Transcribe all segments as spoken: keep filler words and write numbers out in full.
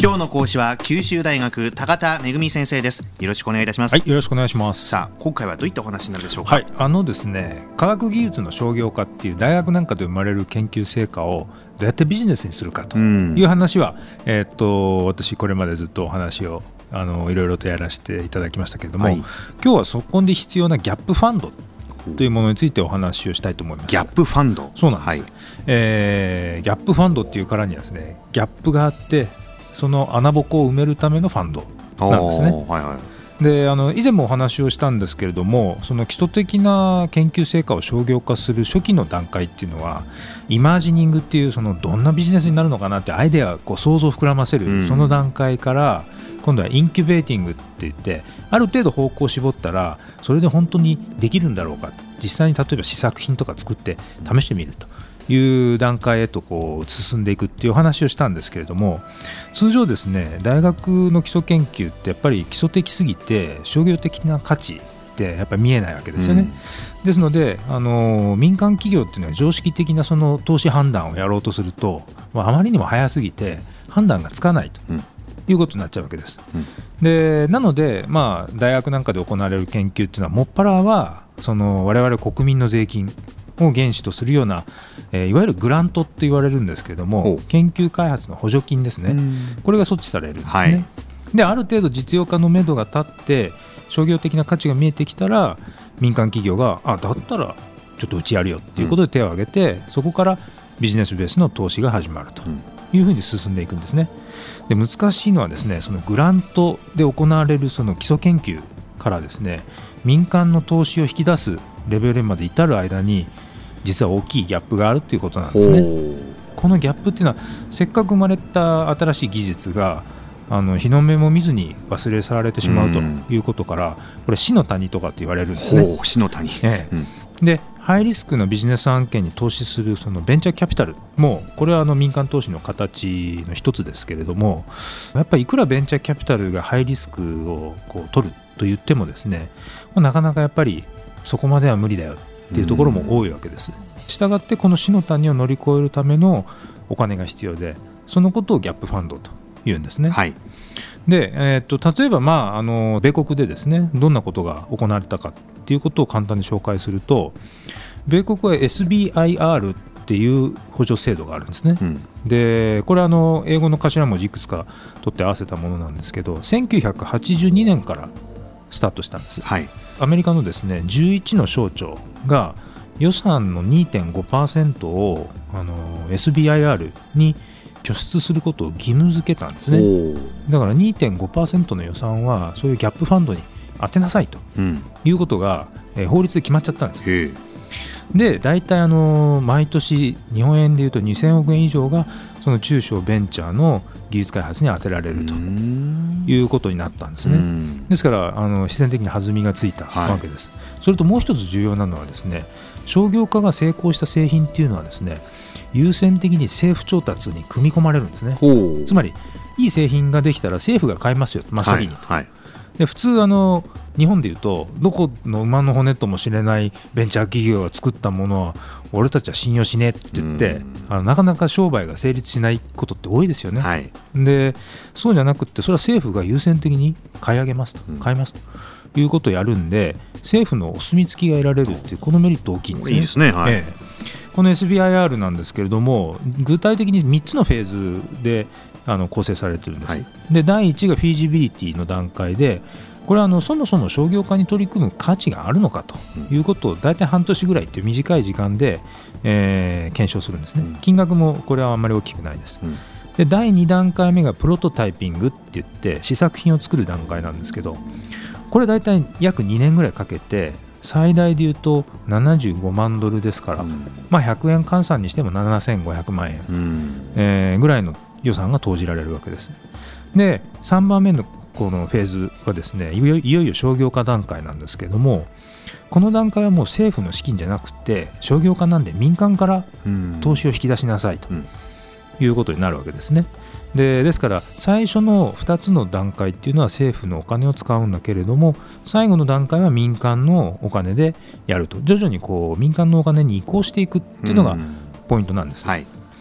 今日の講師は九州大学高田恵先生です。よろしくお願いいたします。 はい、よろしくお願いします。 さあ、今回はどういったお話になるでしょうか。 はい、あのですね、科学技術の商業化っていう大学なんかで生まれる研究成果をどうやってビジネスにするかという話は、うんえー、っと私これまでずっとお話をあのいろいろとやらせていただきましたけれども、はい、今日はそこで必要なギャップファンドというものについてお話をしたいと思います。 ギャップファンド。 そうなんです、はいえー、ギャップファンドっていうからにはですね、ギャップがあってその穴ぼこを埋めるためのファンドなんですね。はいはい、であの以前もお話をしたんですけれども、その基礎的な研究成果を商業化する初期の段階っていうのはイマージニングっていうそのどんなビジネスになるのかなってアイデアをこう想像を膨らませる、うん、その段階から今度はインキュベーティングって言ってある程度方向を絞ったらそれで本当にできるんだろうか、実際に例えば試作品とか作って試してみるという段階へとこう進んでいくっていうお話をしたんですけれども、通常ですね大学の基礎研究ってやっぱり基礎的すぎて商業的な価値ってやっぱり見えないわけですよね、うん、ですのであの民間企業っていうのは常識的なその投資判断をやろうとすると、まあ、あまりにも早すぎて判断がつかないと、うんいうことになっちゃうわけです、うん、でなので、まあ、大学なんかで行われる研究っていうのはもっぱらはその我々国民の税金を原資とするような、えー、いわゆるグラントって言われるんですけれども、研究開発の補助金ですね、これが措置されるんですね、はい、である程度実用化のめどが立って商業的な価値が見えてきたら民間企業があだったらちょっとうちやるよっていうことで手を挙げて、うん、そこからビジネスベースの投資が始まるというふうに進んでいくんですね。で難しいのはですね、そのグラントで行われるその基礎研究からですね民間の投資を引き出すレベルまで至る間に実は大きいギャップがあるということなんですね。このギャップっていうのはせっかく生まれた新しい技術があの日の目も見ずに忘れ去られてしまうということから、これ死の谷とかって言われるんですね。 ほう、死の谷、ええうん、でハイリスクのビジネス案件に投資するそのベンチャーキャピタルもこれはあの民間投資の形の一つですけれども、やっぱりいくらベンチャーキャピタルがハイリスクをこう取ると言ってもですね、なかなかやっぱりそこまでは無理だよっていうところも多いわけです。したがってこの死の谷を乗り越えるためのお金が必要で、そのことをギャップファンドというんですね、はい、で、えー、と例えば、まあ、あの米国でですねどんなことが行われたかっていうことを簡単に紹介すると、米国は エスビーアイアール っていう補助制度があるんですね、うん、でこれはあの英語の頭文字いくつか取って合わせたものなんですけど、せんきゅうひゃくはちじゅうにねんからスタートしたんです、はい、アメリカのですねじゅういちの省庁が予算の にてんごパーセント をあの エスビーアイアール に拠出することを義務付けたんですね。だから にてんごパーセント の予算はそういうギャップファンドに当てなさいということが、うんえー、法律で決まっちゃったんです。へで大体あの毎年日本円でいうとにせんおくえん以上がその中小ベンチャーの技術開発に当てられるということになったんですね。ですからあの自然的に弾みがついたわけです、はい、それともう一つ重要なのはですね、商業化が成功した製品っていうのはですね優先的に政府調達に組み込まれるんですね。つまりいい製品ができたら政府が買いますよ真っ先に、はいはい、で普通あの日本でいうとどこの馬の骨ともしれないベンチャー企業が作ったものは俺たちは信用しねえって言ってあのなかなか商売が成立しないことって多いですよね、はい、でそうじゃなくってそれは政府が優先的に買い上げますと、うん、買いますということをやるんで政府のお墨付きが得られるっていうこのメリット大きいんですね。 いいですね、はいええ、この エスビーアイアール なんですけれども具体的にみっつのフェーズであの構成されているんです、はい、でだいいちがフィージビリティの段階でこれはあのそもそも商業化に取り組む価値があるのかということを大体半年ぐらいという短い時間で、えー、検証するんですね。金額もこれはあんまり大きくないです、うん、でだいに段階目がプロトタイピングって言って試作品を作る段階なんですけど、これ大体約にねんぐらいかけて最大でいうとななじゅうごまんドルですから、うんまあ、ひゃくえん換算にしてもななせんごひゃくまんえん、うんえー、ぐらいの予算が投じられるわけです。でさんばんめのこのフェーズはですねいよいよ商業化段階なんですけれども、この段階はもう政府の資金じゃなくて商業化なんで民間から投資を引き出しなさいということになるわけですね。でですから最初のふたつの段階っていうのは政府のお金を使うんだけれども、最後の段階は民間のお金でやると、徐々にこう民間のお金に移行していくっていうのがポイントなんです、はい、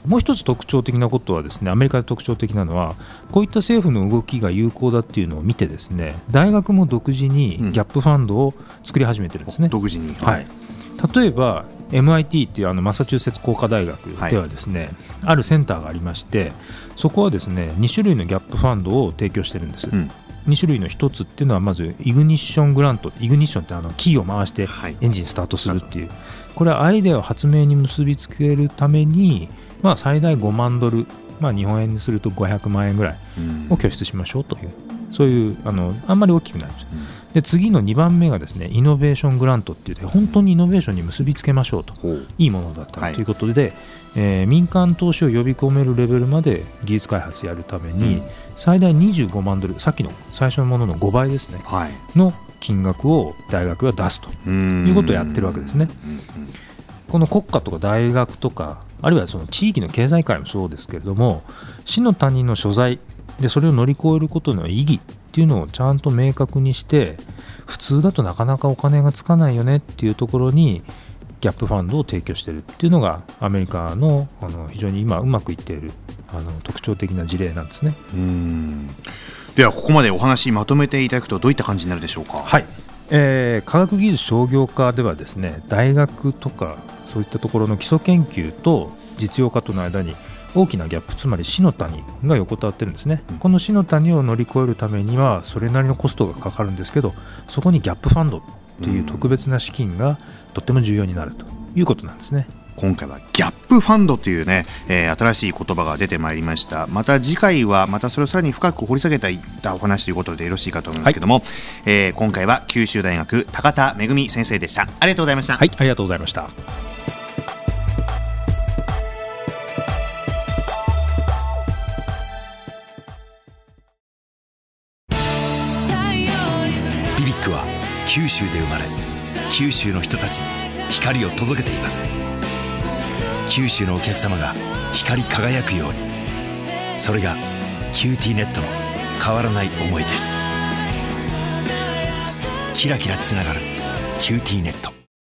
もう一つ特徴的なことはですね、アメリカで特徴的なのはこういった政府の動きが有効だっていうのを見てですね、大学も独自にギャップファンドを作り始めてるんですね、 うん、独自に、 はい、例えば エムアイティー っていうあのマサチューセッツ工科大学ではですね、はい、あるセンターがありまして、そこはですねに種類のギャップファンドを提供してるんです、うん、に種類の一つっていうのはまずイグニッショングラント。イグニッションってあのキーを回してエンジンスタートするっていう、はい、これはアイデアを発明に結びつけるために、まあ、最大ごまんドル、まあ、日本円にするとごひゃくまんえんぐらいを拠出しましょうという、そういうあのあんまり大きくないです。で次のにばんめがですねイノベーショングラントっていう本当にイノベーションに結びつけましょうと、いいものだったらということで、はい、えー、民間投資を呼び込めるレベルまで技術開発やるために、うん、最大にじゅうごまんドル、さっきの最初のもののごばいですね、はい、の金額を大学が出すということをやってるわけですね。この国家とか大学とかあるいはその地域の経済界もそうですけれども、死の他人の所在でそれを乗り越えることの意義っていうのをちゃんと明確にして、普通だとなかなかお金がつかないよねっていうところにギャップファンドを提供しているっていうのがアメリカ の, あの非常に今うまくいっているあの特徴的な事例なんですね。 うーん、ではここまでお話まとめていただくとどういった感じになるでしょうか。 はい、えー、科学技術商業化ではですね、大学とかそういったところの基礎研究と実用化との間に大きなギャップ、つまり死の谷が横たわってるんですね、うん、この死の谷を乗り越えるためにはそれなりのコストがかかるんですけど、そこにギャップファンドという特別な資金がとっても重要になるということなんですね。 今回はギャップファンドというね、えー、新しい言葉が出てまいりました。また次回はまたそれをさらに深く掘り下げたお話ということでよろしいかと思いますけども、はい、えー、今回は九州大学高田恵先生でした。ありがとうございました。 はい、ありがとうございました。 ビビックは九州で生まれ、九州の人たちに光を届けています。九州のお客様が光り輝くように、それがキューティーネットの変わらない思いです。キラキラつながるキューティーネット。